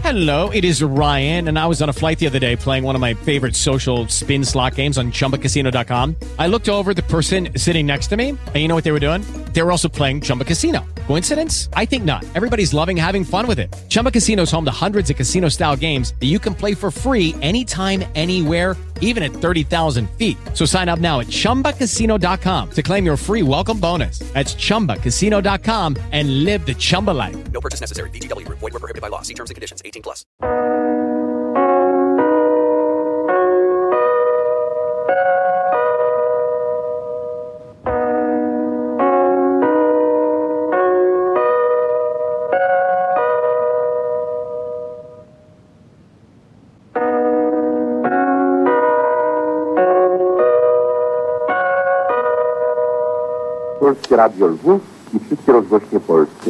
Hello, it is Ryan, and I was on a flight the other day playing one of my favorite social spin slot games on ChumbaCasino.com. I looked over at the person sitting next to me, and you know what they were doing? They were also playing Chumba Casino. Coincidence? I think not. Everybody's loving having fun with it. Chumba Casino is home to hundreds of casino-style games that you can play for free anytime, anywhere, even at 30,000 feet. So sign up now at ChumbaCasino.com to claim your free welcome bonus. That's ChumbaCasino.com and live the Chumba life. No purchase necessary. VGW. Void where prohibited by law. See terms and conditions. 18+. Polskie Radio Lwów i wszystkie rozgłośnie polskie.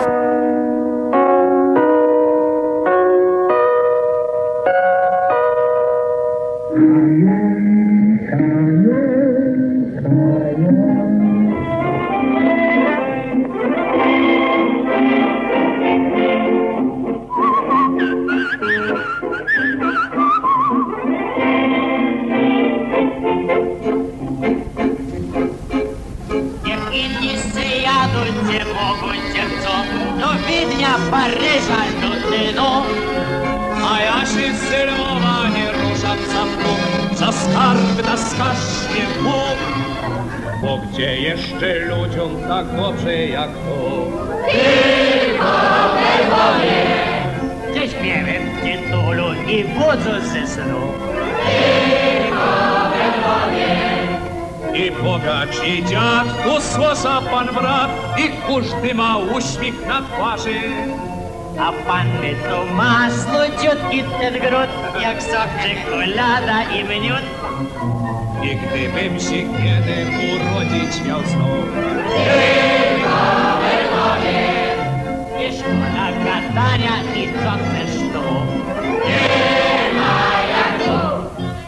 Paryża, Londynu, a ja się z Lwowa nie ruszam za próg, za skarb na skasznie Bóg. Bo gdzie jeszcze ludziom tak dobrze jak to? Tylko we Lwowie, gdzie śpiewem tytulu i wodzu ze snu. Tylko we Lwowie. I bogacz, i dziad, usłosa pan brat, i każdy ma uśmiech na twarzy. A panny to ma słodziutki ten gród, jak sok czekolada i miód. I gdybym się kiedy urodzić miał znów, tylko we Lwowie, i szkoda gadania i co chcesz tu, nie ma jak tu.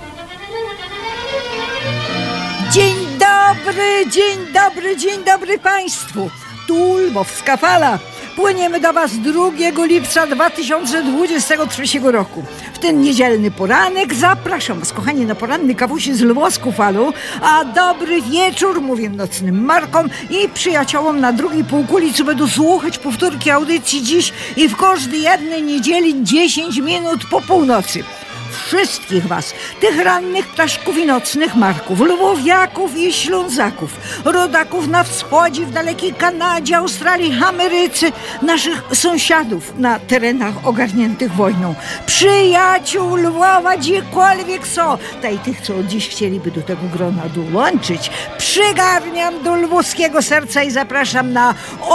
Dzień dobry Państwu. Tu Lwowska Fala. Płyniemy do Was 2 lipca 2023 roku. W ten niedzielny poranek zapraszam Was, kochani, na poranny kawusi z Lwowską Falą, a dobry wieczór mówię nocnym Markom i przyjaciołom na drugiej półkuli, co będą słuchać powtórki audycji dziś i w każdej jednej niedzieli 10 minut po północy. Wszystkich Was, tych rannych ptaszków i nocnych Marków, Lwowiaków i Ślązaków, rodaków na wschodzie, w dalekiej Kanadzie, Australii, Ameryce, naszych sąsiadów na terenach ogarniętych wojną, przyjaciół Lwowa, gdziekolwiek są, i tych, co dziś chcieliby do tego grona dołączyć, przygarniam do lwowskiego serca i zapraszam na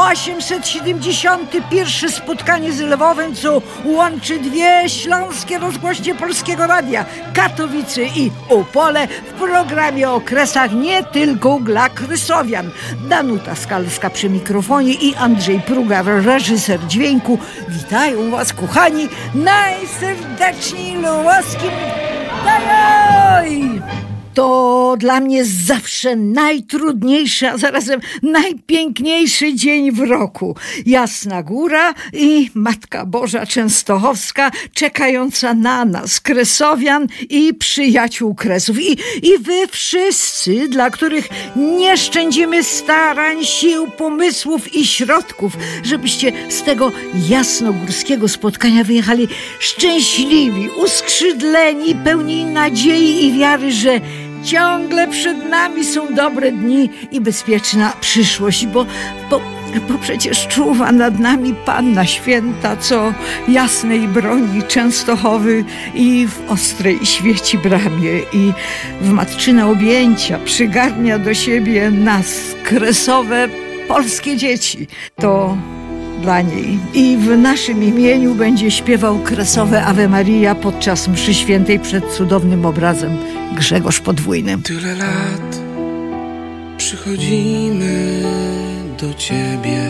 871. spotkanie z Lwowem, co łączy dwie śląskie rozgłośnie Polskiego Radia, Katowice i Opole, w programie o Kresach nie tylko dla Kresowian. Danuta Skalska przy mikrofonie i Andrzej Prugar, reżyser dźwięku. Witają Was, kochani, najserdeczniej lwowskim. Dajaj! To dla mnie zawsze najtrudniejszy, a zarazem najpiękniejszy dzień w roku. Jasna Góra i Matka Boża Częstochowska czekająca na nas, Kresowian i przyjaciół Kresów. I wy wszyscy, dla których nie szczędzimy starań, sił, pomysłów i środków, żebyście z tego jasnogórskiego spotkania wyjechali szczęśliwi, uskrzydleni, pełni nadziei i wiary, że ciągle przed nami są dobre dni i bezpieczna przyszłość, bo przecież czuwa nad nami Panna Święta, co jasnej broni Częstochowy i w ostrej świeci bramie i w matczyne objęcia przygarnia do siebie nas, kresowe polskie dzieci. To dla niej i w naszym imieniu będzie śpiewał kresowe Ave Maria podczas mszy świętej przed cudownym obrazem Grzegorz Podwójny. Tyle lat przychodzimy do Ciebie,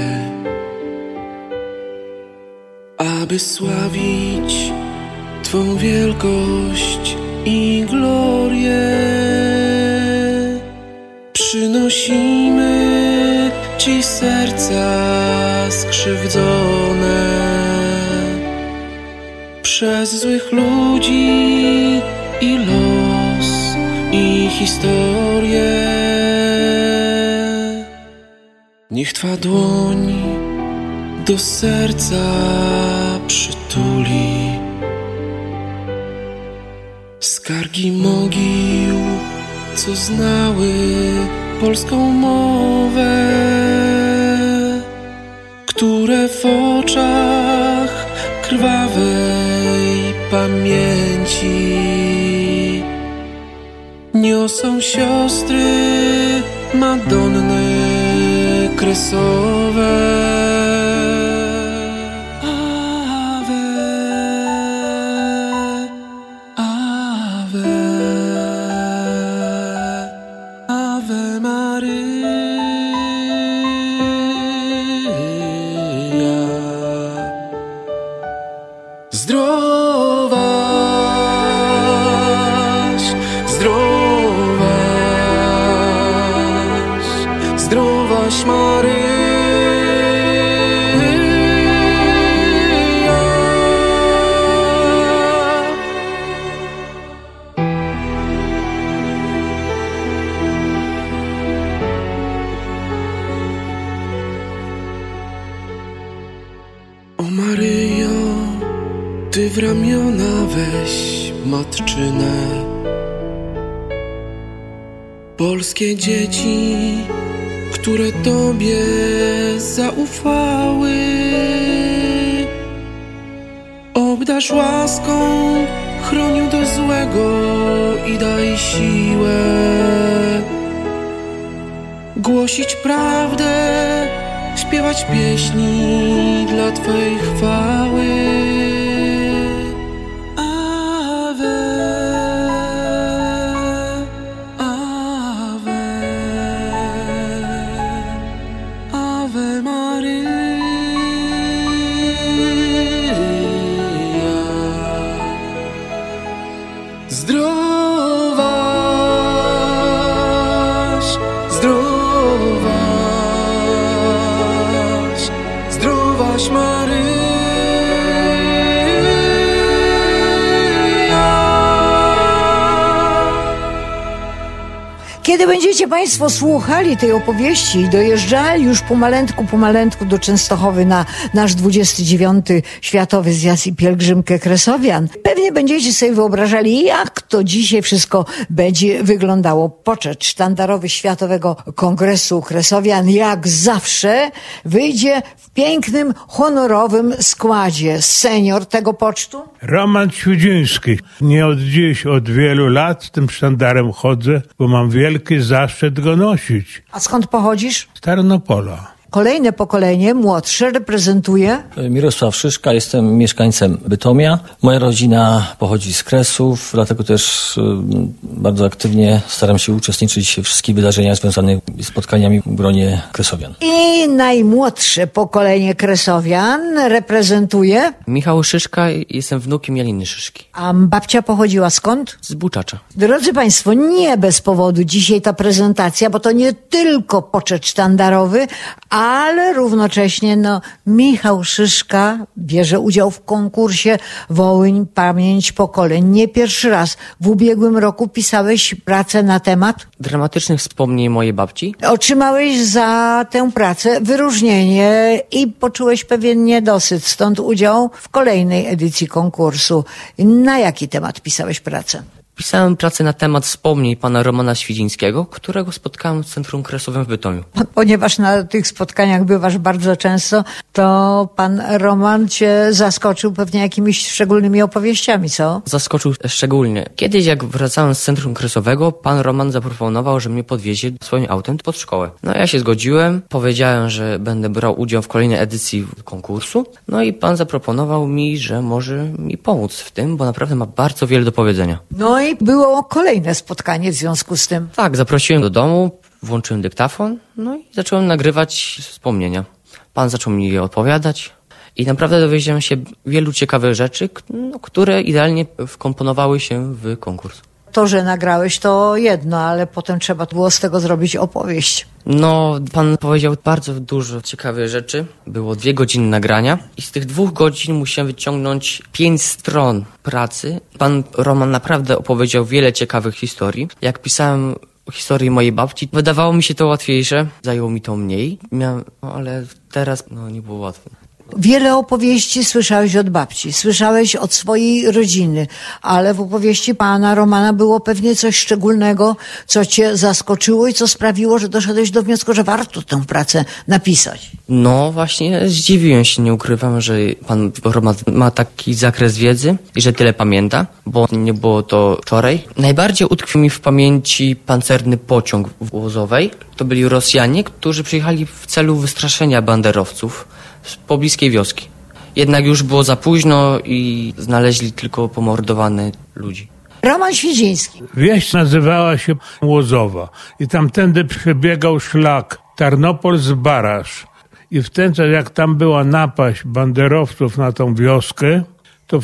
aby sławić Twą wielkość i glorię. Przynosimy Ci serca skrzywdzone, przez złych ludzi i los, i historię. Niech Twa dłoń do serca przytuli skargi mogił, co znały polską mowę, które w oczach krwawej pamięci niosą siostry Madonny kresowe. Zdrowaś Maryja. O Maryjo, Ty w ramiona weź matczynę. Polskie dzieci, które Tobie zaufały, obdarz łaską, chronił do złego i daj siłę głosić prawdę, śpiewać pieśni dla Twej chwały. Zdrowaś, zdrowaś, zdrowaś Maryja. Kiedy będziecie Państwo słuchali tej opowieści i dojeżdżali już pomalętku do Częstochowy na nasz 29. Światowy Zjazd i Pielgrzymkę Kresowian, pewnie będziecie sobie wyobrażali, jak to dzisiaj wszystko będzie wyglądało. Poczet sztandarowy Światowego Kongresu Kresowian jak zawsze wyjdzie w pięknym, honorowym składzie. Senior tego pocztu? Roman Świdziński. Nie od dziś, od wielu lat z tym sztandarem chodzę, bo mam wielki zaszczyt go nosić. A skąd pochodzisz? Z Tarnopola. Kolejne pokolenie, młodsze, reprezentuje? Mirosław Szyszka, jestem mieszkańcem Bytomia. Moja rodzina pochodzi z Kresów, dlatego też bardzo aktywnie staram się uczestniczyć w wszystkich wydarzeniach związanych z spotkaniami w gronie Kresowian. I najmłodsze pokolenie Kresowian reprezentuje? Michał Szyszka, jestem wnukiem Janiny Szyszki. A babcia pochodziła skąd? Z Buczacza. Drodzy Państwo, nie bez powodu dzisiaj ta prezentacja, bo to nie tylko poczet sztandarowy, ale równocześnie Michał Szyszka bierze udział w konkursie Wołyń Pamięć Pokoleń. Nie pierwszy raz. W ubiegłym roku pisałeś pracę na temat dramatycznych wspomnień mojej babci. Otrzymałeś za tę pracę wyróżnienie i poczułeś pewien niedosyt, stąd udział w kolejnej edycji konkursu. Na jaki temat pisałeś pracę? Pisałem pracę na temat wspomnień pana Romana Świdzińskiego, którego spotkałem w Centrum Kresowym w Bytomiu. Ponieważ na tych spotkaniach bywasz bardzo często, to pan Roman cię zaskoczył pewnie jakimiś szczególnymi opowieściami, co? Zaskoczył szczególnie. Kiedyś jak wracałem z Centrum Kresowego, pan Roman zaproponował, że mnie podwiezie swoim autem pod szkołę. Ja się zgodziłem, powiedziałem, że będę brał udział w kolejnej edycji konkursu. I pan zaproponował mi, że może mi pomóc w tym, bo naprawdę ma bardzo wiele do powiedzenia. I było kolejne spotkanie w związku z tym. Tak, zaprosiłem do domu, włączyłem dyktafon, i zacząłem nagrywać wspomnienia. Pan zaczął mi je opowiadać i naprawdę dowiedziałem się wielu ciekawych rzeczy, które idealnie wkomponowały się w konkurs. To, że nagrałeś, to jedno, ale potem trzeba było z tego zrobić opowieść. No, pan powiedział bardzo dużo ciekawych rzeczy. Było 2 godziny nagrania i z tych 2 godzin musiałem wyciągnąć 5 stron pracy. Pan Roman naprawdę opowiedział wiele ciekawych historii. Jak pisałem historię mojej babci, wydawało mi się to łatwiejsze, zajęło mi to mniej. Ale teraz nie było łatwo. Wiele opowieści słyszałeś od babci, słyszałeś od swojej rodziny, ale w opowieści pana Romana było pewnie coś szczególnego, co cię zaskoczyło i co sprawiło, że doszedłeś do wniosku, że warto tę pracę napisać. No właśnie, zdziwiłem się, nie ukrywam, że pan Roman ma taki zakres wiedzy i że tyle pamięta, bo nie było to wczoraj. Najbardziej utkwił mi w pamięci pancerny pociąg w Łozowej. To byli Rosjanie, którzy przyjechali w celu wystraszenia banderowców z pobliskiej wioski. Jednak już było za późno i znaleźli tylko pomordowane ludzi. Roman Świdziński. Wieś nazywała się Łozowa i tamtędy przebiegał szlak Tarnopol-Zbaraż. I wtedy, jak tam była napaść banderowców na tą wioskę, to w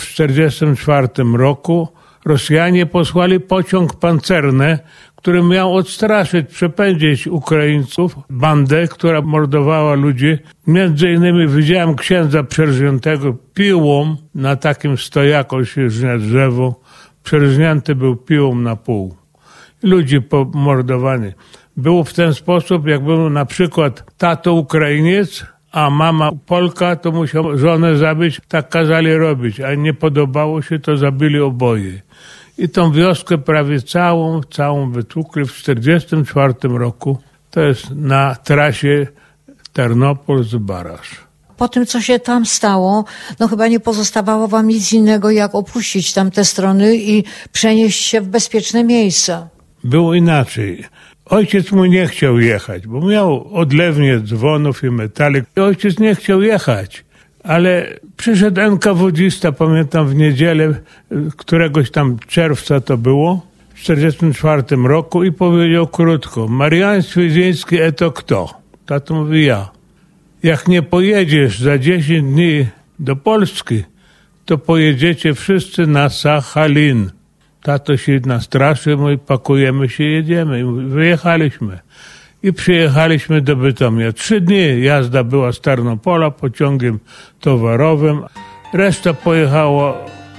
1944 roku Rosjanie posłali pociąg pancerny, który miał odstraszyć, przepędzić Ukraińców, bandę, która mordowała ludzi. Między innymi widziałem księdza przerżniętego piłą na takim stojaku się na drzewo. Przerżnięty był piłą na pół. Ludzi pomordowani. Było w ten sposób, jak był na przykład tato Ukrainiec, a mama Polka, to musiał żonę zabić. Tak kazali robić, a nie podobało się, to zabili oboje. I tą wioskę prawie całą wytłukli w 1944 roku. To jest na trasie Tarnopol-Zbaraż. Po tym, co się tam stało, chyba nie pozostawało wam nic innego, jak opuścić tamte strony i przenieść się w bezpieczne miejsca. Było inaczej. Ojciec mu nie chciał jechać, bo miał odlewnię dzwonów i metali. Ojciec nie chciał jechać, ale przyszedł NKWD-sta, pamiętam, w niedzielę, któregoś tam czerwca to było, w 1944 roku i powiedział krótko: Marian Świdziński, to kto? Tato mówi: ja. Jak nie pojedziesz za 10 dni do Polski, to pojedziecie wszyscy na Sachalin. Tato się nastraszył, mówi: pakujemy się, jedziemy. I wyjechaliśmy. I przyjechaliśmy do Bytomia. 3 dni jazda była z Tarnopola pociągiem towarowym. Reszta pojechała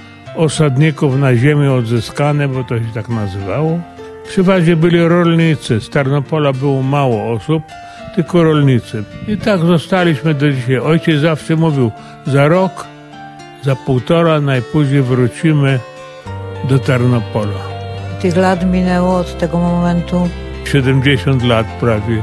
osadników na ziemię odzyskane, bo to się tak nazywało. Przy wazie byli rolnicy. Z Tarnopola było mało osób, tylko rolnicy. I tak zostaliśmy do dzisiaj. Ojciec zawsze mówił: za rok, za 1,5 najpóźniej wrócimy do Tarnopola. Tych lat minęło od tego momentu? 70 lat prawie.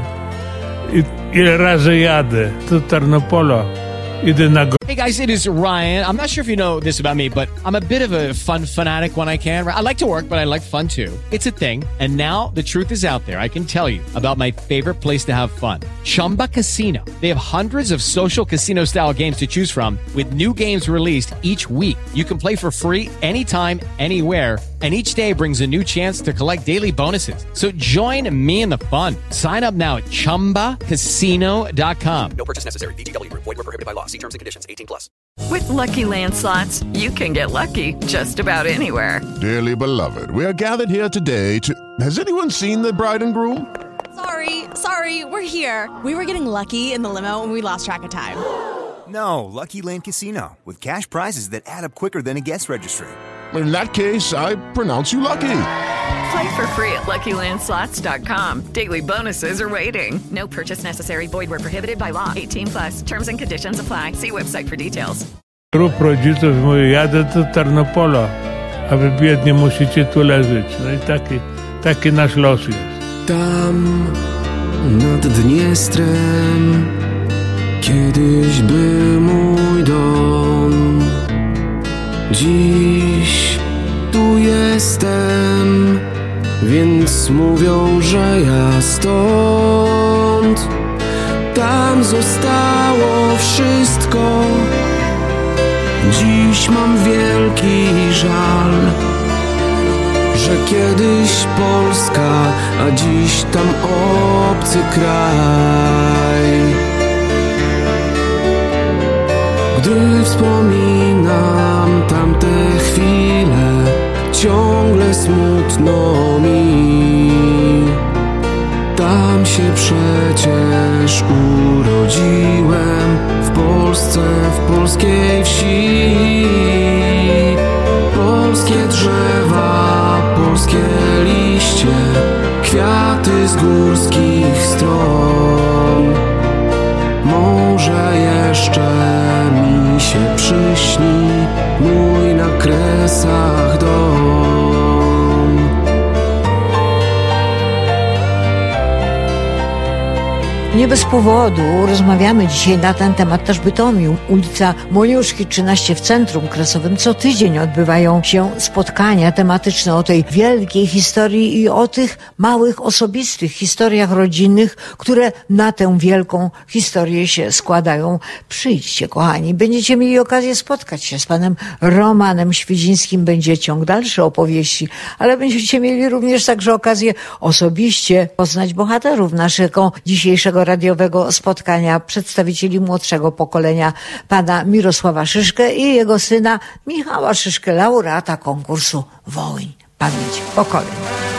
I ile razy jadę do Tarnopola. Idę na Hey guys, it is Ryan. I'm not sure if you know this about me, but I'm a bit of a fun fanatic when I can. I like to work, but I like fun too. It's a thing. And now the truth is out there. I can tell you about my favorite place to have fun. Chumba Casino. They have hundreds of social casino style games to choose from with new games released each week. You can play for free anytime, anywhere. And each day brings a new chance to collect daily bonuses. So join me in the fun. Sign up now at ChumbaCasino.com. No purchase necessary. VGW. Void where prohibited by law. See terms and conditions. 18+. With Lucky Land Slots, you can get lucky just about anywhere. Dearly beloved, we are gathered here today to... Has anyone seen the bride and groom? Sorry, we're here. We were getting lucky in the limo and we lost track of time. No, Lucky Land Casino, with cash prizes that add up quicker than a guest registry. In that case, I pronounce you lucky. Play for free at LuckyLandSlots.com. Daily bonuses are waiting. No purchase necessary. Void where prohibited by law. 18+. Terms and conditions apply. See website for details. Grup rodziców mówi: jadę do Tarnopola, a wy biednie musicie tu leżeć. No i taki nasz los jest. Tam nad Dniestrem kiedyś był mój dom. Dziś tu jestem, więc mówią, że ja stąd. Tam zostało wszystko. Dziś mam wielki żal, że kiedyś Polska, a dziś tam obcy kraj. Gdy wspominam tamte chwile, ciągle smutno mi. Tam się przecież urodziłem w Polsce, w polskiej wsi. Polskie drzewa, polskie liście, kwiaty z górskich stron. Może jeszcze mi się przyśni mój na Kresach dom. Nie bez powodu rozmawiamy dzisiaj na ten temat też w Bytomiu. Ulica Moniuszki 13 w centrum Kresowym. Co tydzień odbywają się spotkania tematyczne o tej wielkiej historii i o tych małych, osobistych historiach rodzinnych, które na tę wielką historię się składają. Przyjdźcie, kochani. Będziecie mieli okazję spotkać się z panem Romanem Świdzińskim. Będzie ciąg dalszy opowieści, ale będziecie mieli również także okazję osobiście poznać bohaterów naszego dzisiejszego radiowego spotkania, przedstawicieli młodszego pokolenia, pana Mirosława Szyszkę i jego syna Michała Szyszkę, laureata konkursu Wołyń. Pamięć pokoleń.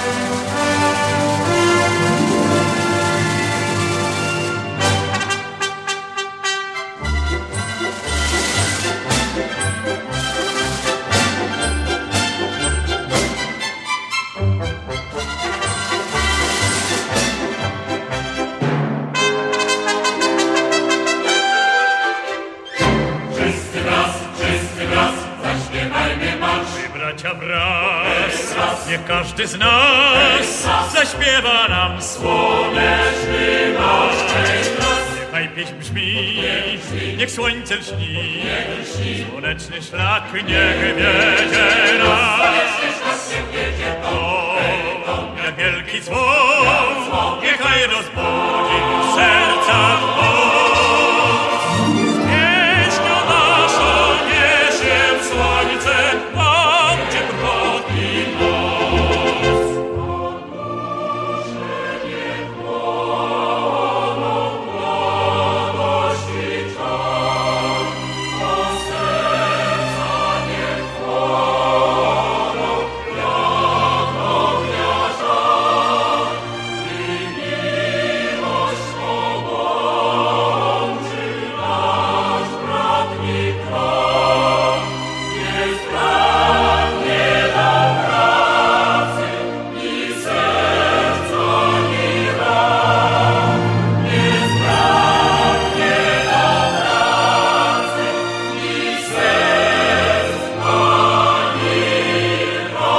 Niech każdy z nas zaśpiewa nam słoneczny marsz. Niechaj pieśń brzmi, niech słońce lśni, słoneczny szlak niech wiedzie nas. O, jak wielki dzwon, niechaj rozbudzi w sercach moc. Pieśnią naszą niesie słońce, tam gdzie trwodni noc. O dusze niech płoną młodości czar, o serca niech płoną jak ognia żar. I miłość swą łączy nasz bratni kraj. Nie zbraknie nam pracy, ni serca, ni ran. Nie zbraknie nam pracy, ni serca, ni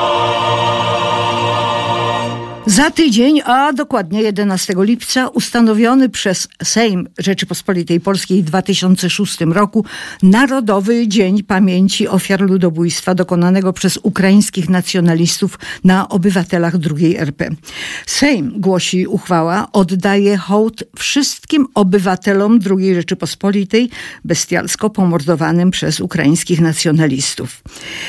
ran. Za tydzień, a dokładnie 11 lipca, ustanowiony przez Sejm Rzeczypospolitej Polskiej w 2006 roku Narodowy Dzień Pamięci Ofiar Ludobójstwa dokonanego przez ukraińskich nacjonalistów na obywatelach II RP. Sejm, głosi uchwała, oddaje hołd wszystkim obywatelom II Rzeczypospolitej bestialsko pomordowanym przez ukraińskich nacjonalistów.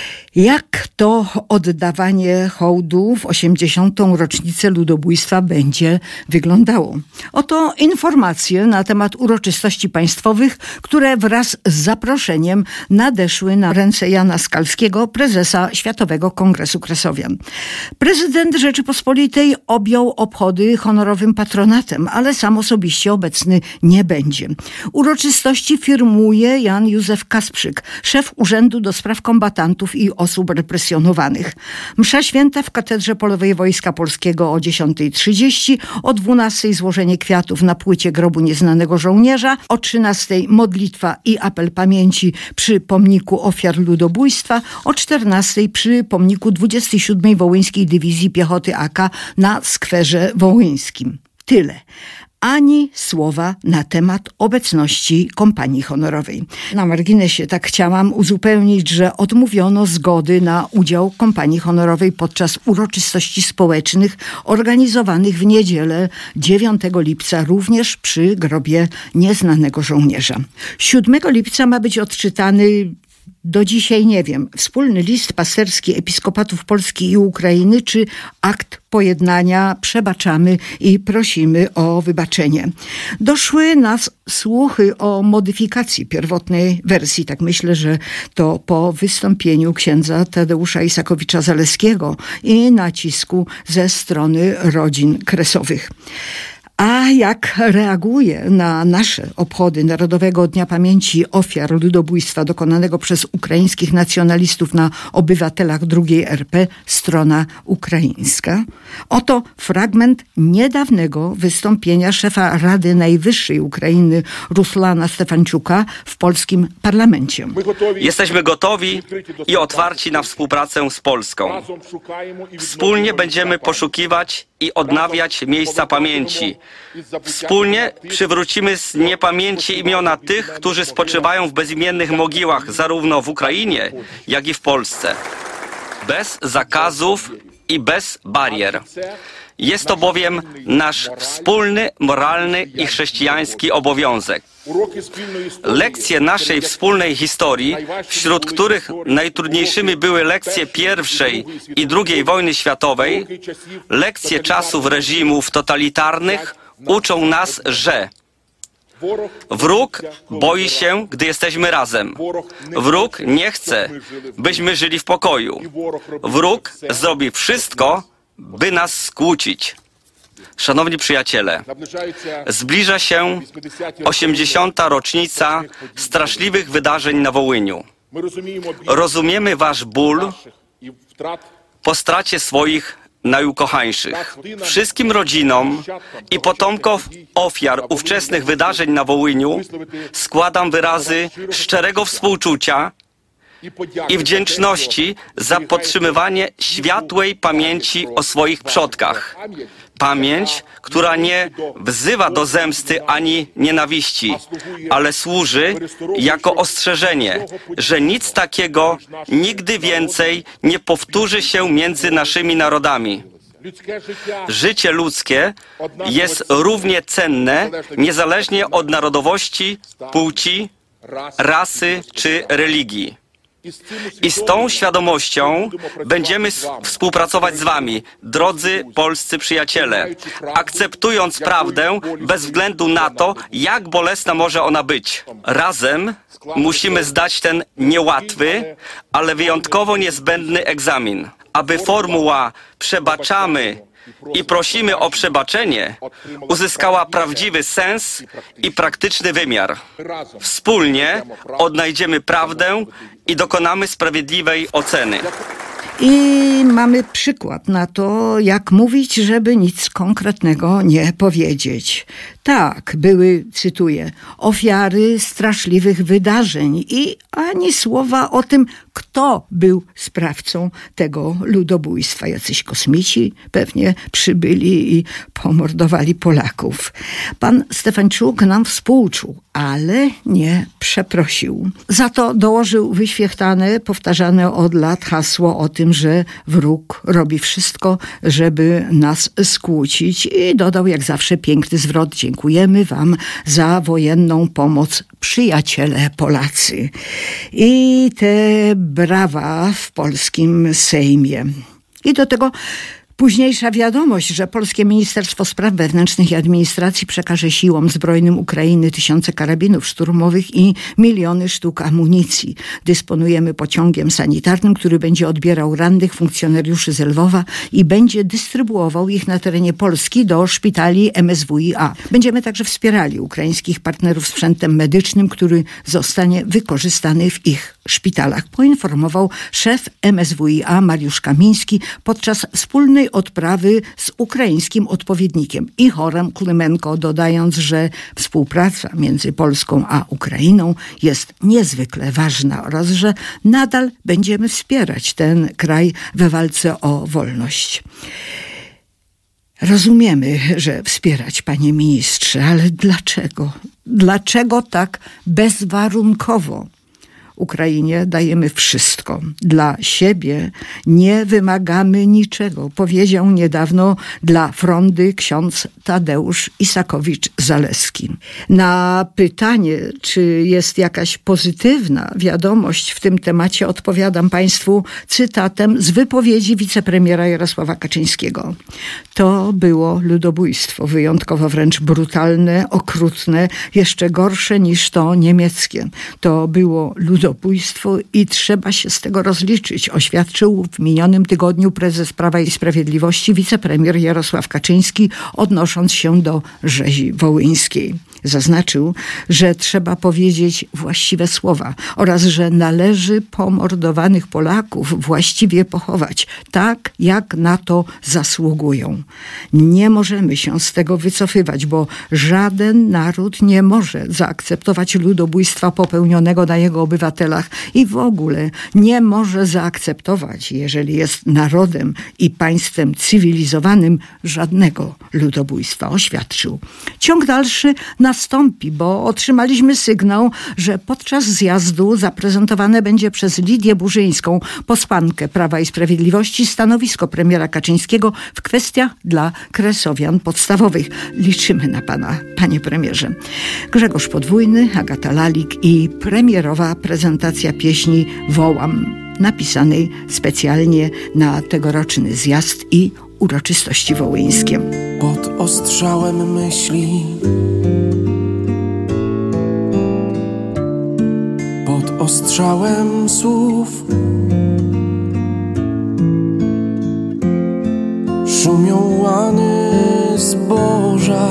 Jak to oddawanie hołdu w 80. rocznicę ludobójstwa będzie wyglądało? Oto informacje na temat uroczystości państwowych, które wraz z zaproszeniem nadeszły na ręce Jana Skalskiego, prezesa Światowego Kongresu Kresowian. Prezydent Rzeczypospolitej objął obchody honorowym patronatem, ale sam osobiście obecny nie będzie. Uroczystości firmuje Jan Józef Kasprzyk, szef Urzędu do Spraw Kombatantów i Osób Represjonowanych. Msza święta w Katedrze Polowej Wojska Polskiego o 10:30, o 12:00 złożenie kwiatów na płycie grobu nieznanego żołnierza, o 13:00 modlitwa i apel pamięci przy pomniku ofiar ludobójstwa, o 14:00 przy pomniku 27. Wołyńskiej Dywizji Piechoty AK na skwerze wołyńskim. Tyle. Ani słowa na temat obecności kompanii honorowej. Na marginesie tak chciałam uzupełnić, że odmówiono zgody na udział kompanii honorowej podczas uroczystości społecznych organizowanych w niedzielę 9 lipca również przy grobie nieznanego żołnierza. 7 lipca ma być odczytany do dzisiaj nie wiem, wspólny list pasterski Episkopatów Polski i Ukrainy, czy akt pojednania przebaczamy i prosimy o wybaczenie. Doszły nas słuchy o modyfikacji pierwotnej wersji. Tak myślę, że to po wystąpieniu księdza Tadeusza Isakowicza-Zaleskiego i nacisku ze strony rodzin kresowych. A jak reaguje na nasze obchody Narodowego Dnia Pamięci Ofiar Ludobójstwa dokonanego przez ukraińskich nacjonalistów na obywatelach II RP strona ukraińska? Oto fragment niedawnego wystąpienia szefa Rady Najwyższej Ukrainy Ruslana Stefańczuka w polskim parlamencie. Jesteśmy gotowi i otwarci na współpracę z Polską. Wspólnie będziemy poszukiwać i odnawiać miejsca pamięci. Wspólnie przywrócimy z niepamięci imiona tych, którzy spoczywają w bezimiennych mogiłach zarówno w Ukrainie, jak i w Polsce. Bez zakazów i bez barier. Jest to bowiem nasz wspólny, moralny i chrześcijański obowiązek. Lekcje naszej wspólnej historii, wśród których najtrudniejszymi były lekcje I i II wojny światowej, lekcje czasów reżimów totalitarnych, uczą nas, że wróg boi się, gdy jesteśmy razem. Wróg nie chce, byśmy żyli w pokoju. Wróg zrobi wszystko, by nas skłócić. Szanowni przyjaciele, zbliża się 80. rocznica straszliwych wydarzeń na Wołyniu. Rozumiemy wasz ból po stracie swoich najukochańszych. Wszystkim rodzinom i potomkom ofiar ówczesnych wydarzeń na Wołyniu składam wyrazy szczerego współczucia i wdzięczności za podtrzymywanie światłej pamięci o swoich przodkach. Pamięć, która nie wzywa do zemsty ani nienawiści, ale służy jako ostrzeżenie, że nic takiego nigdy więcej nie powtórzy się między naszymi narodami. Życie ludzkie jest równie cenne, niezależnie od narodowości, płci, rasy czy religii. I z tą świadomością będziemy współpracować z wami, drodzy polscy przyjaciele, akceptując prawdę bez względu na to, jak bolesna może ona być. Razem musimy zdać ten niełatwy, ale wyjątkowo niezbędny egzamin, aby formuła "przebaczamy i prosimy o przebaczenie" uzyskała prawdziwy sens i praktyczny wymiar. Wspólnie odnajdziemy prawdę i dokonamy sprawiedliwej oceny. I mamy przykład na to, jak mówić, żeby nic konkretnego nie powiedzieć. Tak, były, cytuję, ofiary straszliwych wydarzeń i ani słowa o tym, kto był sprawcą tego ludobójstwa. Jacyś kosmici pewnie przybyli i pomordowali Polaków. Pan Stefańczuk nam współczuł, ale nie przeprosił. Za to dołożył wyświechtane, powtarzane od lat hasło o tym, że wróg robi wszystko, żeby nas skłócić i dodał jak zawsze piękny zwrot: dziękujemy wam za wojenną pomoc, przyjaciele Polacy. I te brawa w polskim Sejmie. I do tego późniejsza wiadomość, że polskie Ministerstwo Spraw Wewnętrznych i Administracji przekaże siłom zbrojnym Ukrainy tysiące karabinów szturmowych i miliony sztuk amunicji. Dysponujemy pociągiem sanitarnym, który będzie odbierał rannych funkcjonariuszy z Lwowa i będzie dystrybuował ich na terenie Polski do szpitali MSWiA. Będziemy także wspierali ukraińskich partnerów sprzętem medycznym, który zostanie wykorzystany w ich szpitalach, poinformował szef MSWiA Mariusz Kamiński podczas wspólnej odprawy z ukraińskim odpowiednikiem Ichorem Klimenko, dodając, że współpraca między Polską a Ukrainą jest niezwykle ważna oraz że nadal będziemy wspierać ten kraj we walce o wolność. Rozumiemy, że wspierać, panie ministrze, ale dlaczego? Dlaczego tak bezwarunkowo? Ukrainie dajemy wszystko. Dla siebie nie wymagamy niczego. Powiedział niedawno dla Frondy ksiądz Tadeusz Isakowicz-Zaleski. Na pytanie, czy jest jakaś pozytywna wiadomość w tym temacie, odpowiadam państwu cytatem z wypowiedzi wicepremiera Jarosława Kaczyńskiego. To było ludobójstwo, wyjątkowo wręcz brutalne, okrutne, jeszcze gorsze niż to niemieckie. To było ludobójstwo ludobójstwo i trzeba się z tego rozliczyć, oświadczył w minionym tygodniu prezes Prawa i Sprawiedliwości, wicepremier Jarosław Kaczyński, odnosząc się do rzezi wołyńskiej. Zaznaczył, że trzeba powiedzieć właściwe słowa oraz, że należy pomordowanych Polaków właściwie pochować, tak jak na to zasługują. Nie możemy się z tego wycofywać, bo żaden naród nie może zaakceptować ludobójstwa popełnionego na jego obywatelach i w ogóle nie może zaakceptować, jeżeli jest narodem i państwem cywilizowanym, żadnego ludobójstwa, oświadczył. Ciąg dalszy nastąpi, bo otrzymaliśmy sygnał, że podczas zjazdu zaprezentowane będzie przez Lidię Burzyńską, posłankę Prawa i Sprawiedliwości, stanowisko premiera Kaczyńskiego w kwestiach dla kresowian podstawowych. Liczymy na pana, panie premierze. Grzegorz Podwójny, Agata Lalik i premierowa prezentacja pieśni Wołam, napisanej specjalnie na tegoroczny zjazd i uroczystości wołyńskie. Pod ostrzałem myśli, pod ostrzałem słów szumią łany zboża,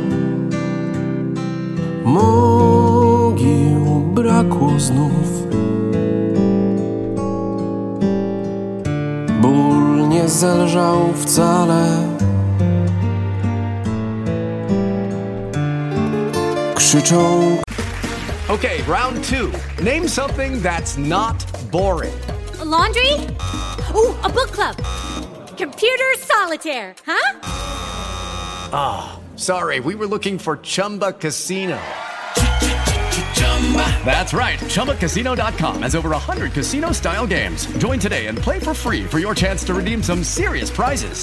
mogił brakło znów. Ból nie zelżał wcale, krzyczą. Okay, round 2. Name something that's not boring. A laundry? Ooh, a book club. Computer solitaire, huh? Ah, sorry, we were looking for Chumba Casino. That's right, ChumbaCasino.com has over 100 casino-style games. Join today and play for free for your chance to redeem some serious prizes.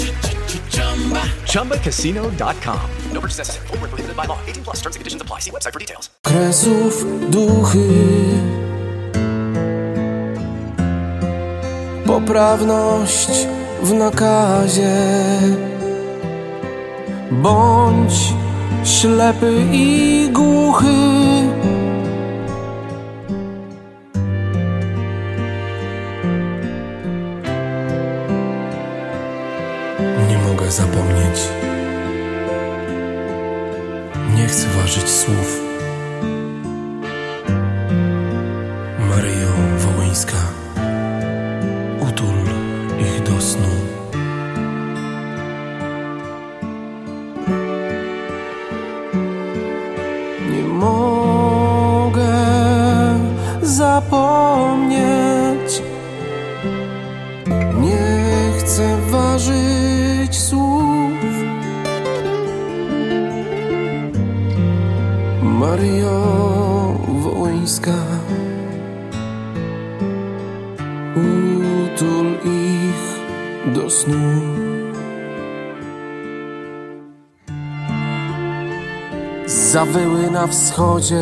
ChumbaCasino.com. No purchase necessary. Void where prohibited by law. 18 plus. Terms and conditions apply. See website for details. Kresów duchy, poprawność w nakazie. Bądź ślepy i głuchy. Nie mogę zapomnieć. Nie chcę ważyć słów. Maryjo Wołyńska, utul ich do snu. Nie mogę zapomnieć. Nie chcę ważyć słów. Maryjo Wołyńska, utul ich do snu. Zawyły na wschodzie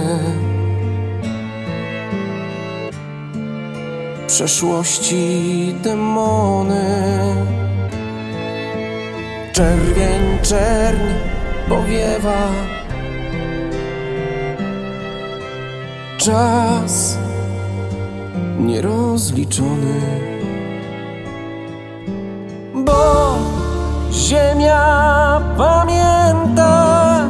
przeszłości demony. Czerwień, czerń powiewa. Czas nierozliczony, bo ziemia pamięta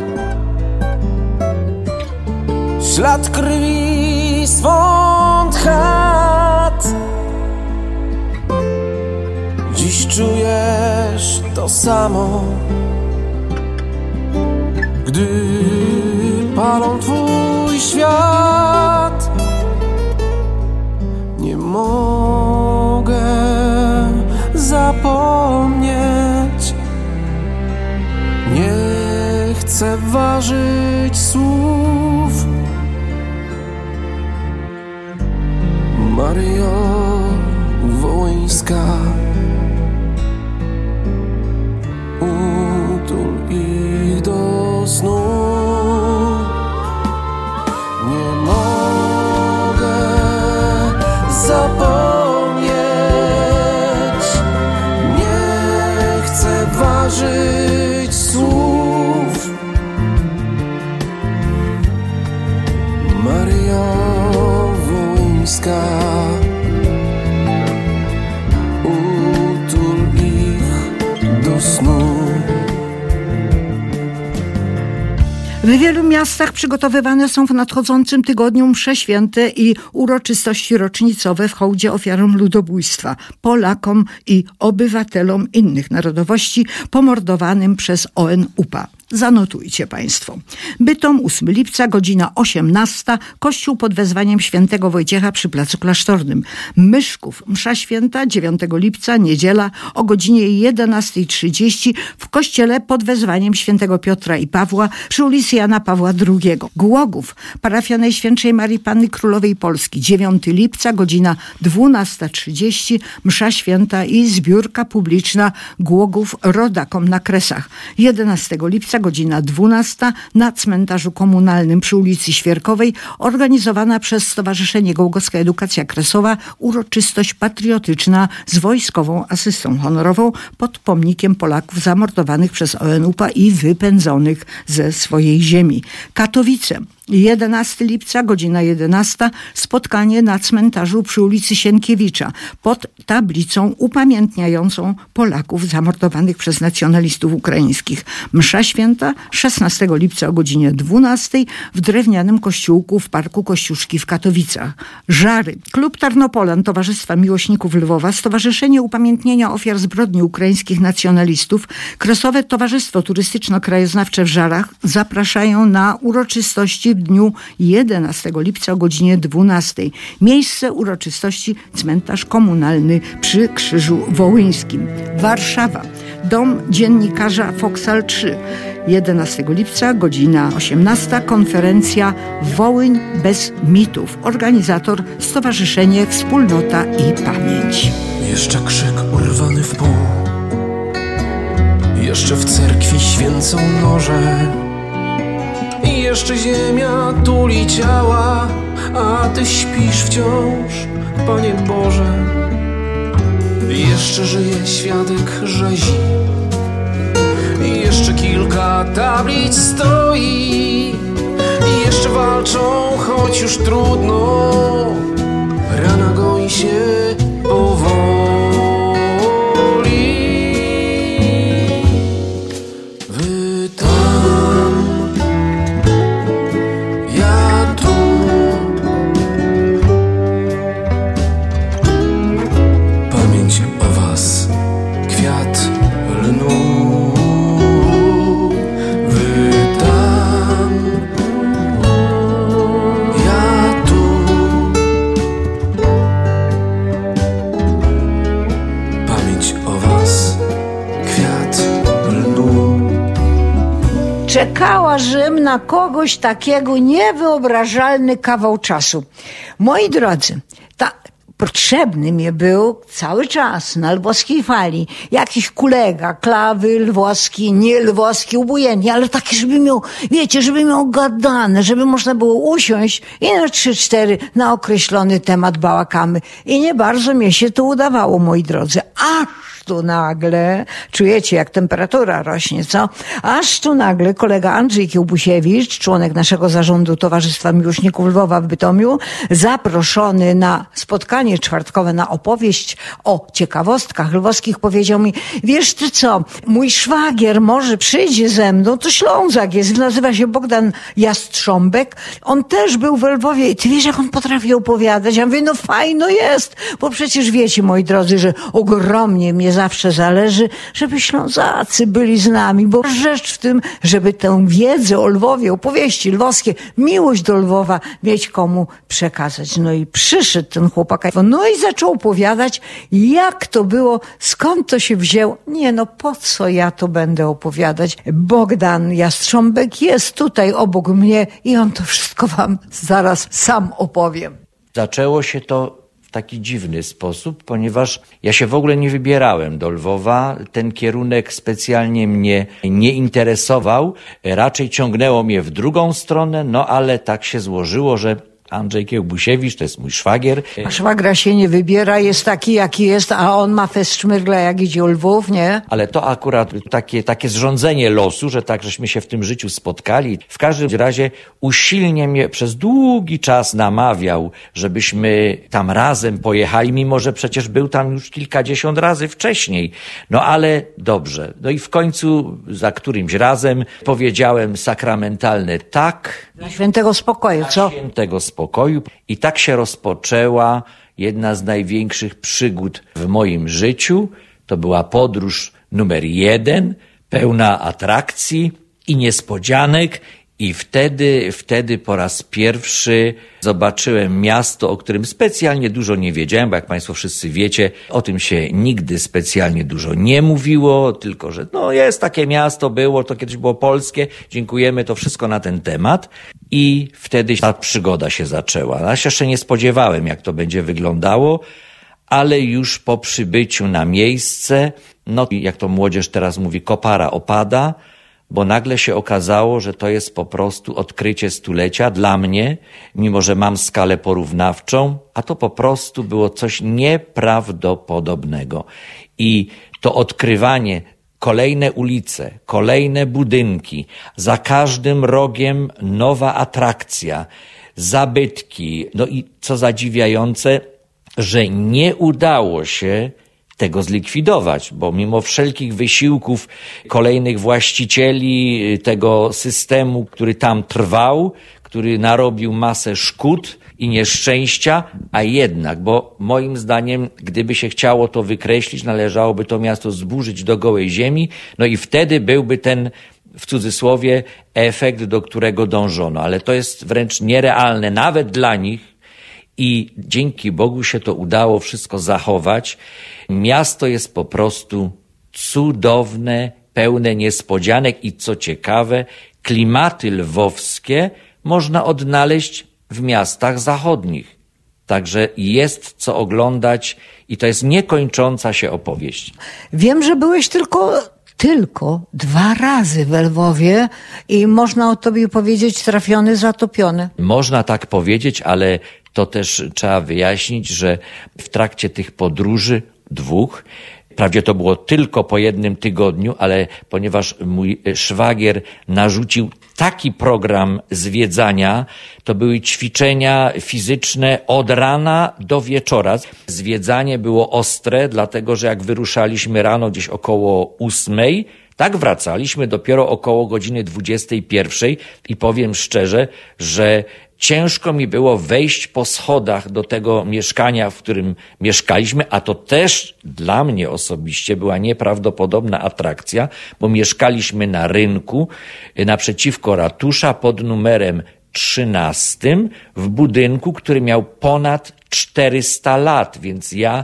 ślad krwi swąd chat. Dziś czujesz to samo, gdy palą twój świat. Nie mogę zapomnieć. Nie chcę ważyć słów. Maryjo Wołyńska, utul ich do snu. Nie mogę zapomnieć. Nie chcę ważyć słów. Maryjo wielu miastach przygotowywane są w nadchodzącym tygodniu msze święte i uroczystości rocznicowe w hołdzie ofiarom ludobójstwa, Polakom i obywatelom innych narodowości pomordowanym przez ONUPA. Zanotujcie Państwo. Bytom, 8 lipca, godzina 18, kościół pod wezwaniem świętego Wojciecha przy Placu Klasztornym. Myszków, msza święta, 9 lipca, niedziela, o godzinie 11:30 w kościele pod wezwaniem świętego Piotra i Pawła przy ulicy Jana Pawła II. Głogów, parafia Najświętszej Marii Panny Królowej Polski, 9 lipca, godzina 12:30, msza święta i zbiórka publiczna Głogów rodakom na Kresach. 11 lipca, godzina 12 na cmentarzu komunalnym przy ulicy Świerkowej, organizowana przez Stowarzyszenie Głogowska Edukacja Kresowa, uroczystość patriotyczna z wojskową asystą honorową pod pomnikiem Polaków zamordowanych przez ONUPA i wypędzonych ze swojej ziemi. Katowice. 11 lipca, godzina 11, spotkanie na cmentarzu przy ulicy Sienkiewicza pod tablicą upamiętniającą Polaków zamordowanych przez nacjonalistów ukraińskich. Msza święta 16 lipca o godzinie 12 w drewnianym kościółku w Parku Kościuszki w Katowicach. Żary. Klub Tarnopolan Towarzystwa Miłośników Lwowa, Stowarzyszenie Upamiętnienia Ofiar Zbrodni Ukraińskich Nacjonalistów, Kresowe Towarzystwo Turystyczno-Krajoznawcze w Żarach zapraszają na uroczystości w dniu 11 lipca o godzinie 12. Miejsce uroczystości cmentarz komunalny przy Krzyżu Wołyńskim. Warszawa. Dom Dziennikarza Foksal 3. 11 lipca, godzina 18. Konferencja Wołyń bez mitów. Organizator Stowarzyszenie Wspólnota i Pamięć. Jeszcze krzyk urwany w pół. Jeszcze w cerkwi święcą noże. I jeszcze ziemia tuli ciała, a Ty śpisz wciąż, Panie Boże. Jeszcze żyje świadek rzezi. I jeszcze kilka tablic stoi. I jeszcze walczą, choć już trudno. Rana goi się powoli. Wy tam, ja tu. Pamięć o was, kwiat lnu. Wy tam, ja tu. Pamięć o was, kwiat lnu. Czekała Rzym na kogoś takiego, niewyobrażalny kawał czasu. Moi drodzy, potrzebny mi był cały czas na lwowskiej fali jakiś kolega, klawy lwowski, nie lwowski, obojętnie, ale taki, żeby miał, wiecie, żeby miał gadane, żeby można było usiąść i na 3-4 na określony temat bałakamy. I nie bardzo mi się to udawało, moi drodzy. Aż tu nagle, czujecie jak temperatura rośnie, co? Aż tu nagle kolega Andrzej Kiełbusiewicz, członek naszego zarządu Towarzystwa Miłośników Lwowa w Bytomiu, zaproszony na spotkanie czwartkowe, na opowieść o ciekawostkach lwowskich, powiedział mi: wiesz ty co, mój szwagier może przyjdzie ze mną, to Ślązak jest, nazywa się Bogdan Jastrząbek, on też był w Lwowie i ty wiesz jak on potrafi opowiadać? Ja mówię, no fajno jest, bo przecież wiecie, moi drodzy, że ogromnie mnie zawsze zależy, żeby Ślązacy byli z nami, bo rzecz w tym, żeby tę wiedzę o Lwowie, opowieści lwowskie, miłość do Lwowa mieć komu przekazać. No i przyszedł ten chłopak, no i zaczął opowiadać, jak to było, skąd to się wzięło. Nie no, po co ja to będę opowiadać? Bogdan Jastrząbek jest tutaj obok mnie i on to wszystko wam zaraz sam opowiem. Zaczęło się to w taki dziwny sposób, ponieważ ja się w ogóle nie wybierałem do Lwowa. Ten kierunek specjalnie mnie nie interesował. Raczej ciągnęło mnie w drugą stronę, no ale tak się złożyło, że Andrzej Kiełbusiewicz, to jest mój szwagier. A szwagra się nie wybiera, jest taki jaki jest, a on ma festszmyrgla jak idzie o Lwów, nie? Ale to akurat takie zrządzenie losu, że tak żeśmy się w tym życiu spotkali. W każdym razie usilnie mnie przez długi czas namawiał, żebyśmy tam razem pojechali, mimo że przecież był tam już kilkadziesiąt razy wcześniej. No ale dobrze. No i w końcu za którymś razem powiedziałem sakramentalne tak. Dla świętego spokoju, co? Dla świętego spokoju. I tak się rozpoczęła jedna z największych przygód w moim życiu. To była podróż numer 1, pełna atrakcji i niespodzianek. I wtedy po raz pierwszy zobaczyłem miasto, o którym specjalnie dużo nie wiedziałem, bo jak Państwo wszyscy wiecie, o tym się nigdy specjalnie dużo nie mówiło, tylko że jest takie miasto, było, to kiedyś było polskie, dziękujemy, to wszystko na ten temat. I wtedy ta przygoda się zaczęła. Ja się jeszcze nie spodziewałem, jak to będzie wyglądało, ale już po przybyciu na miejsce, jak to młodzież teraz mówi, kopara opada, bo nagle się okazało, że to jest po prostu odkrycie stulecia dla mnie, mimo że mam skalę porównawczą, a to po prostu było coś nieprawdopodobnego. I to odkrywanie, kolejne ulice, kolejne budynki, za każdym rogiem nowa atrakcja, zabytki, i co zadziwiające, że nie udało się tego zlikwidować, bo mimo wszelkich wysiłków kolejnych właścicieli tego systemu, który tam trwał, który narobił masę szkód i nieszczęścia, a jednak, bo moim zdaniem, gdyby się chciało to wykreślić, należałoby to miasto zburzyć do gołej ziemi, i wtedy byłby ten, w cudzysłowie, efekt, do którego dążono. Ale to jest wręcz nierealne, nawet dla nich, i dzięki Bogu się to udało wszystko zachować. Miasto jest po prostu cudowne, pełne niespodzianek i co ciekawe, klimaty lwowskie można odnaleźć w miastach zachodnich. Także jest co oglądać i to jest niekończąca się opowieść. Wiem, że byłeś tylko 2 razy w Lwowie i można o tobie powiedzieć trafiony, zatopiony. Można tak powiedzieć, ale to też trzeba wyjaśnić, że w trakcie tych podróży 2, wprawdzie to było tylko po 1 tygodniu, ale ponieważ mój szwagier narzucił taki program zwiedzania, to były ćwiczenia fizyczne od rana do wieczora. Zwiedzanie było ostre, dlatego że jak wyruszaliśmy rano gdzieś około 8, tak wracaliśmy dopiero około godziny 21 i powiem szczerze, że ciężko mi było wejść po schodach do tego mieszkania, w którym mieszkaliśmy, a to też dla mnie osobiście była nieprawdopodobna atrakcja, bo mieszkaliśmy na rynku naprzeciwko ratusza pod numerem 13 w budynku, który miał ponad 400 lat, więc ja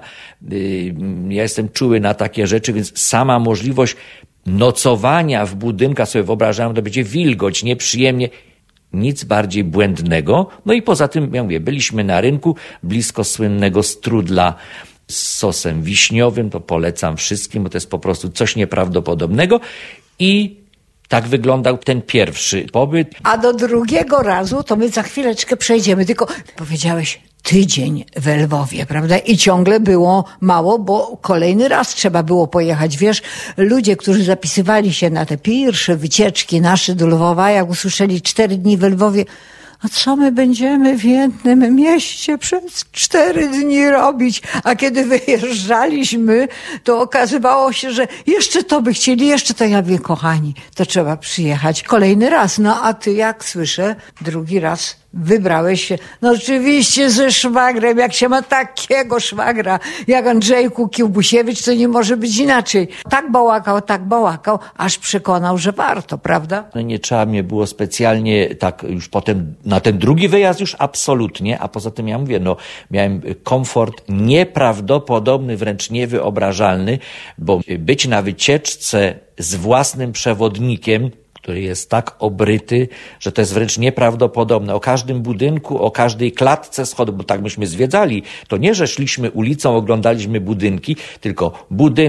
jestem czuły na takie rzeczy, więc sama możliwość nocowania w budynkach, sobie wyobrażałem, to będzie wilgoć, nieprzyjemnie, nic bardziej błędnego. I poza tym, ja mówię, byliśmy na rynku blisko słynnego strudla z sosem wiśniowym, to polecam wszystkim, bo to jest po prostu coś nieprawdopodobnego i tak wyglądał ten pierwszy pobyt. A do drugiego razu to my za chwileczkę przejdziemy, tylko powiedziałeś tydzień w Lwowie, prawda? I ciągle było mało, bo kolejny raz trzeba było pojechać. Wiesz, ludzie, którzy zapisywali się na te pierwsze wycieczki nasze do Lwowa, jak usłyszeli 4 dni w Lwowie, a co my będziemy w jednym mieście przez 4 dni robić? A kiedy wyjeżdżaliśmy, to okazywało się, że jeszcze to by chcieli, jeszcze to ja wiem, kochani, to trzeba przyjechać kolejny raz. A ty, jak słyszę, drugi raz wybrałeś się, oczywiście ze szwagrem, jak się ma takiego szwagra, jak Andrzejku Kiełbusiewicz, to nie może być inaczej. Tak bałakał, aż przekonał, że warto, prawda? Nie trzeba mnie było specjalnie tak już potem, na ten drugi wyjazd już absolutnie, a poza tym ja mówię, miałem komfort nieprawdopodobny, wręcz niewyobrażalny, bo być na wycieczce z własnym przewodnikiem, który jest tak obryty, że to jest wręcz nieprawdopodobne. O każdym budynku, o każdej klatce schodów, bo tak myśmy zwiedzali, to nie, że szliśmy ulicą, oglądaliśmy budynki, tylko budynek,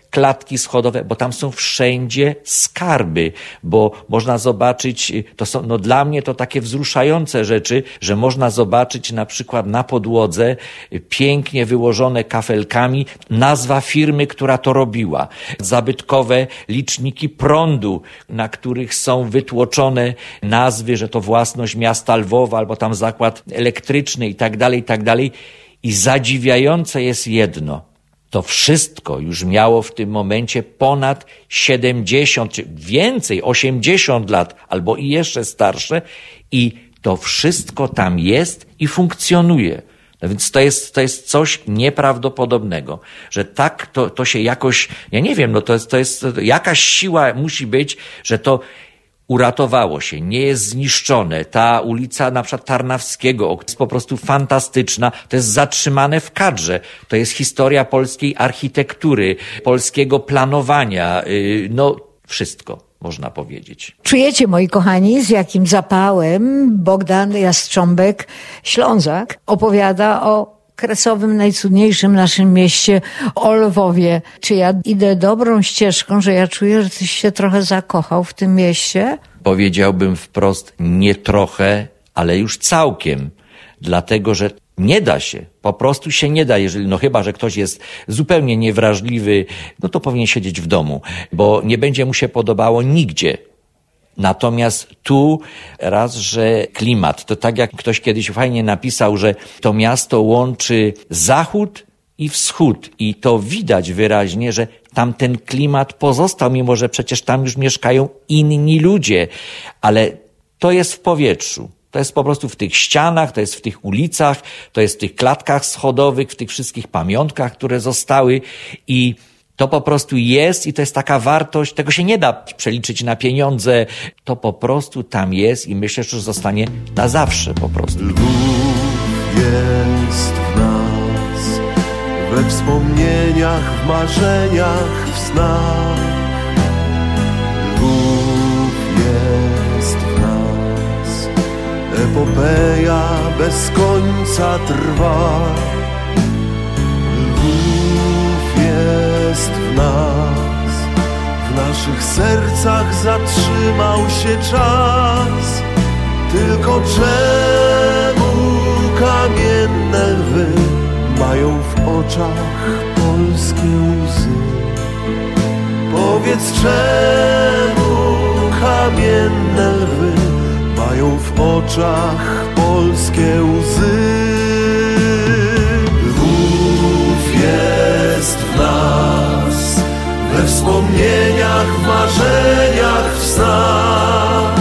klatki schodowe, bo tam są wszędzie skarby, bo można zobaczyć, to są, no dla mnie to takie wzruszające rzeczy, że można zobaczyć na przykład na podłodze pięknie wyłożone kafelkami nazwa firmy, która to robiła. Zabytkowe liczniki prądu, na których są wytłoczone nazwy, że to własność miasta Lwowa albo tam zakład elektryczny i tak dalej, i tak dalej. I zadziwiające jest jedno. To wszystko już miało w tym momencie ponad 70, czy więcej, 80 lat, albo i jeszcze starsze i to wszystko tam jest i funkcjonuje. No więc to jest coś nieprawdopodobnego, że tak to się jakoś, ja nie wiem, no to jest jakaś siła musi być, że to uratowało się, nie jest zniszczone. Ta ulica na przykład Tarnawskiego jest po prostu fantastyczna. To jest zatrzymane w kadrze. To jest historia polskiej architektury, polskiego planowania. No wszystko można powiedzieć. Czujecie, moi kochani, z jakim zapałem Bogdan Jastrząbek, Ślązak, opowiada o kresowym, najcudniejszym naszym mieście, o Lwowie. Czy ja idę dobrą ścieżką, że ja czuję, że tyś się trochę zakochał w tym mieście? Powiedziałbym wprost, nie trochę, ale już całkiem. Dlatego, że nie da się. Po prostu się nie da, jeżeli, no chyba, że ktoś jest zupełnie niewrażliwy, no to powinien siedzieć w domu, bo nie będzie mu się podobało nigdzie. Natomiast tu raz, że klimat, to tak jak ktoś kiedyś fajnie napisał, że to miasto łączy zachód i wschód i to widać wyraźnie, że tam ten klimat pozostał, mimo że przecież tam już mieszkają inni ludzie, ale to jest w powietrzu. To jest po prostu w tych ścianach, to jest w tych ulicach, to jest w tych klatkach schodowych, w tych wszystkich pamiątkach, które zostały i to po prostu jest i to jest taka wartość, tego się nie da przeliczyć na pieniądze. To po prostu tam jest i myślę, że zostanie na zawsze po prostu. Lwów jest w nas, we wspomnieniach, w marzeniach, w snach. Lwów jest w nas, epopeja bez końca trwa. Jest w nas, w naszych sercach zatrzymał się czas. Tylko czemu kamienne lwy mają w oczach polskie łzy? Powiedz, czemu kamienne lwy mają w oczach polskie łzy? Jest w nas, we wspomnieniach, w marzeniach, w snach.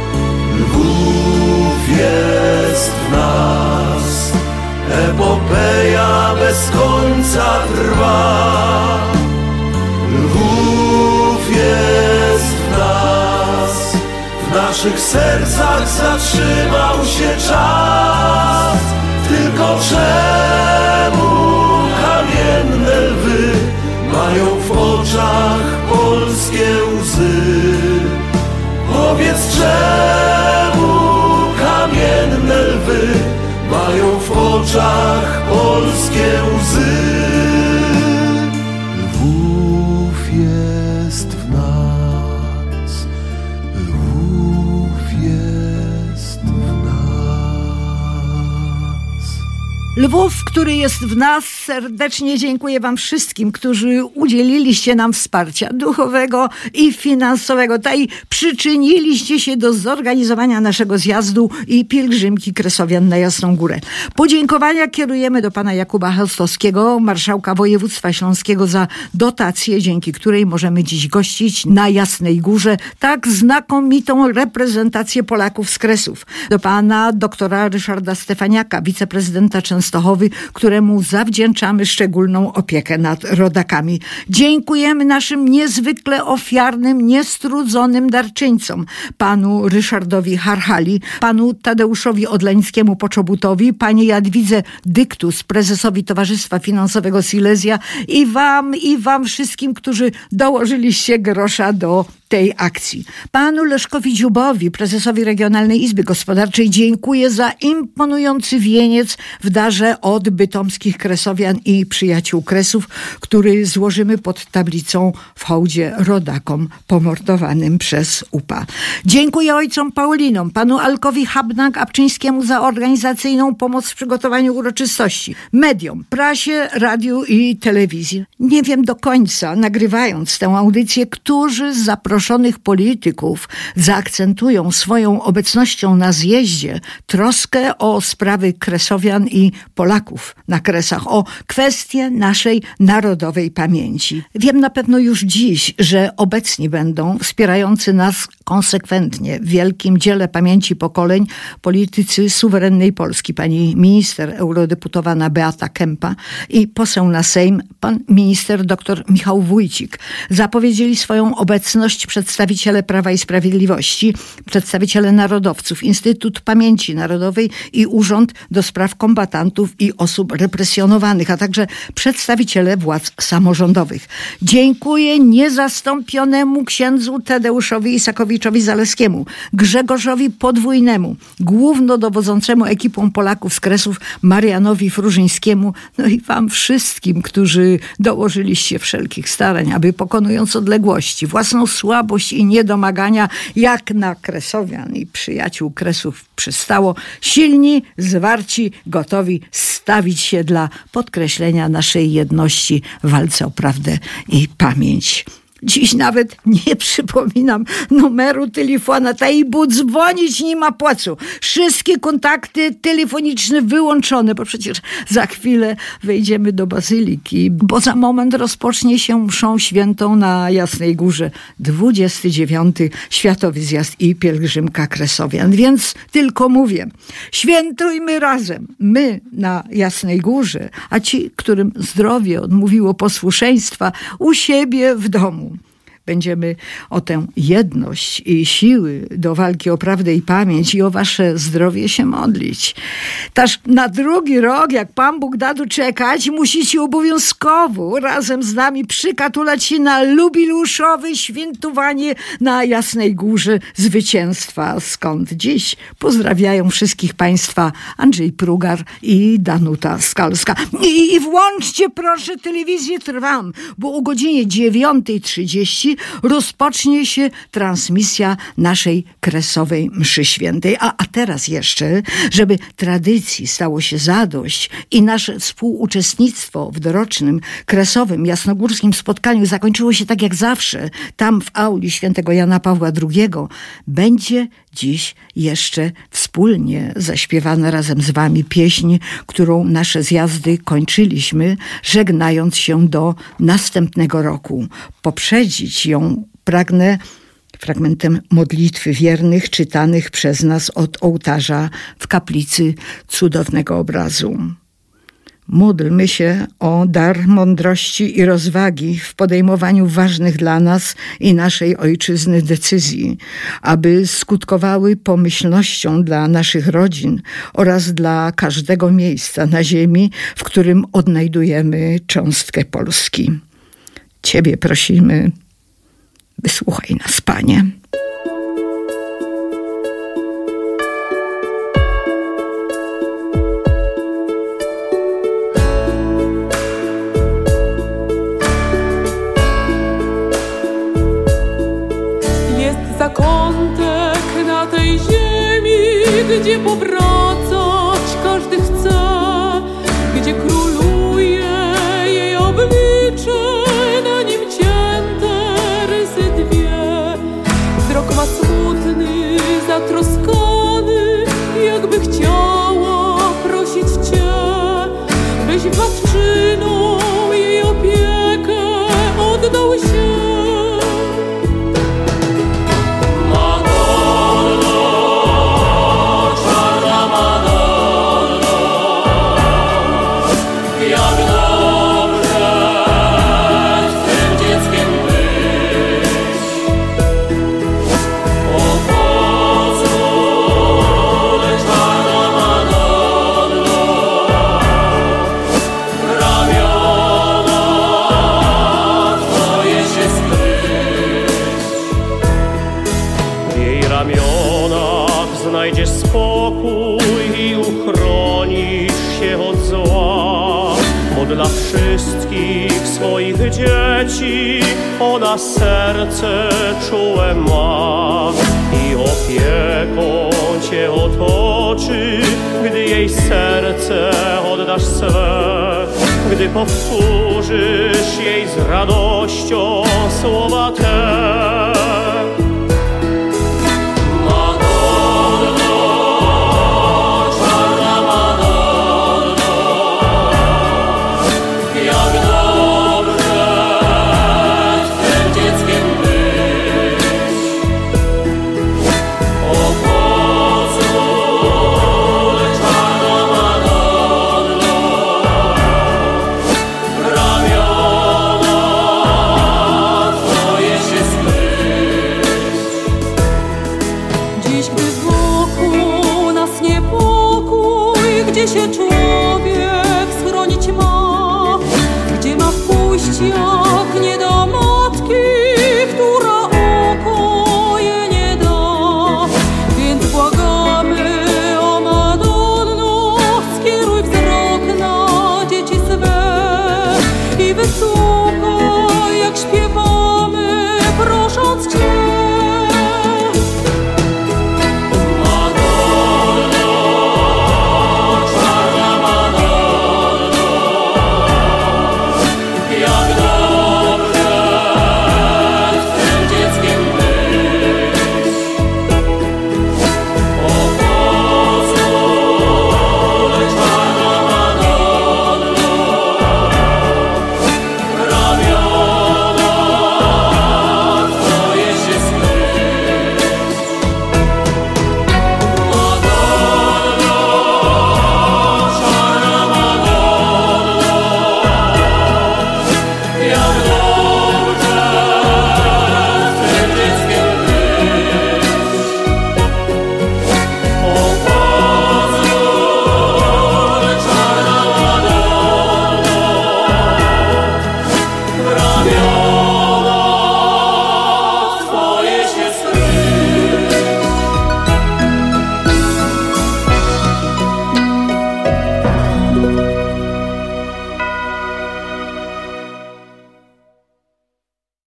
Lwów jest w nas, epopeja bez końca trwa. Lwów jest w nas, w naszych sercach zatrzymał się czas. Tylko czemu kamienne lwy mają w oczach polskie łzy? Powiedz, czemu kamienne lwy mają w oczach polskie łzy? Lwów jest w nas, Lwów jest w nas. Lwów, który jest w nas, serdecznie dziękuję wam wszystkim, którzy udzieliliście nam wsparcia duchowego i finansowego. I przyczyniliście się do zorganizowania naszego zjazdu i pielgrzymki Kresowian na Jasną Górę. Podziękowania kierujemy do pana Jakuba Chełstowskiego, marszałka województwa śląskiego, za dotację, dzięki której możemy dziś gościć na Jasnej Górze tak znakomitą reprezentację Polaków z Kresów. Do pana doktora Ryszarda Stefaniaka, wiceprezydenta Częstochowy, któremu zawdzięczamy szczególną opiekę nad rodakami. Dziękujemy naszym niezwykle ofiarnym, niestrudzonym darczyńcom, panu Ryszardowi Harhali, panu Tadeuszowi Odlańskiemu Poczobutowi, pani Jadwidze Dyktus, prezesowi Towarzystwa Finansowego Silesia i wam wszystkim, którzy dołożyliście grosza do tej akcji. Panu Leszkowi Dziubowi, prezesowi Regionalnej Izby Gospodarczej, dziękuję za imponujący wieniec w darze od bytomskich kresowian i przyjaciół Kresów, który złożymy pod tablicą w hołdzie rodakom pomordowanym przez UPA. Dziękuję ojcom Paulinom, panu Alkowi Habnak-Apczyńskiemu za organizacyjną pomoc w przygotowaniu uroczystości, mediom, prasie, radiu i telewizji. Nie wiem do końca, nagrywając tę audycję, którzy z zaproszonych polityków zaakcentują swoją obecnością na zjeździe troskę o sprawy kresowian i Polaków na Kresach, o kwestie naszej narodowej pamięci. Wiem na pewno już dziś, że obecni będą wspierający nas konsekwentnie w wielkim dziele pamięci pokoleń politycy suwerennej Polski, pani minister eurodeputowana Beata Kempa i poseł na Sejm, pan minister dr Michał Wójcik. Zapowiedzieli swoją obecność przedstawiciele Prawa i Sprawiedliwości, przedstawiciele narodowców, Instytut Pamięci Narodowej i Urząd do Spraw Kombatantów i Osób Represjonowanych, a także przedstawiciele władz samorządowych. Dziękuję niezastąpionemu księdzu Tadeuszowi Isakowiczowi-Zaleskiemu, Grzegorzowi Podwójnemu, głównodowodzącemu ekipą Polaków z Kresów Marianowi Frużyńskiemu, no i wam wszystkim, którzy dołożyliście wszelkich starań, aby pokonując odległości, własną słabość i niedomagania, jak na kresowian i przyjaciół Kresów przystało, silni, zwarci, gotowi stawić się dla podkreślenia naszej jedności w walce o prawdę i pamięć. Dziś nawet nie przypominam numeru telefona, bo dzwonić nie ma płacu. Wszystkie kontakty telefoniczne wyłączone, bo przecież za chwilę wejdziemy do Bazyliki, bo za moment rozpocznie się mszą świętą na Jasnej Górze, 29. Światowy Zjazd i Pielgrzymka Kresowian. Więc tylko mówię, świętujmy razem, my na Jasnej Górze, a ci, którym zdrowie odmówiło posłuszeństwa, u siebie w domu. Będziemy o tę jedność i siły do walki o prawdę i pamięć i o wasze zdrowie się modlić. Taż na drugi rok, jak Pan Bóg da doczekać, musicie obowiązkowo razem z nami przykatulać się na jubileuszowe świętowanie na Jasnej Górze Zwycięstwa, skąd dziś pozdrawiają wszystkich Państwa Andrzej Prugar i Danuta Skalska. I włączcie proszę telewizję Trwam, bo o godzinie 9:30 rozpocznie się transmisja naszej kresowej mszy świętej. A teraz jeszcze, żeby tradycji stało się zadość i nasze współuczestnictwo w dorocznym kresowym, jasnogórskim spotkaniu zakończyło się tak jak zawsze, tam w auli świętego Jana Pawła II, będzie dziś jeszcze wspólnie zaśpiewana razem z wami pieśń, którą nasze zjazdy kończyliśmy, żegnając się do następnego roku. Poprzedzić ją pragnę fragmentem modlitwy wiernych czytanych przez nas od ołtarza w kaplicy Cudownego Obrazu. Módlmy się o dar mądrości i rozwagi w podejmowaniu ważnych dla nas i naszej ojczyzny decyzji, aby skutkowały pomyślnością dla naszych rodzin oraz dla każdego miejsca na ziemi, w którym odnajdujemy cząstkę Polski. Ciebie prosimy, wysłuchaj nas, Panie. Zakątek na tej ziemi, gdzie powracać każdy chce, gdzie króluje jej oblicze, na nim cięte rysy dwie. Wzrok ma smutny, zatroskany, jakby chciała prosić cię, byś władczyną jej opiekę oddał się. Czarna znajdziesz spokój i uchronisz się od zła. Bo dla wszystkich swoich dzieci ona serce czułe ma i opieką cię otoczy, gdy jej serce oddasz swe, gdy powtórzysz jej z radością słowa te. Gdzie się człowiek schronić ma, gdzie ma pójść ja?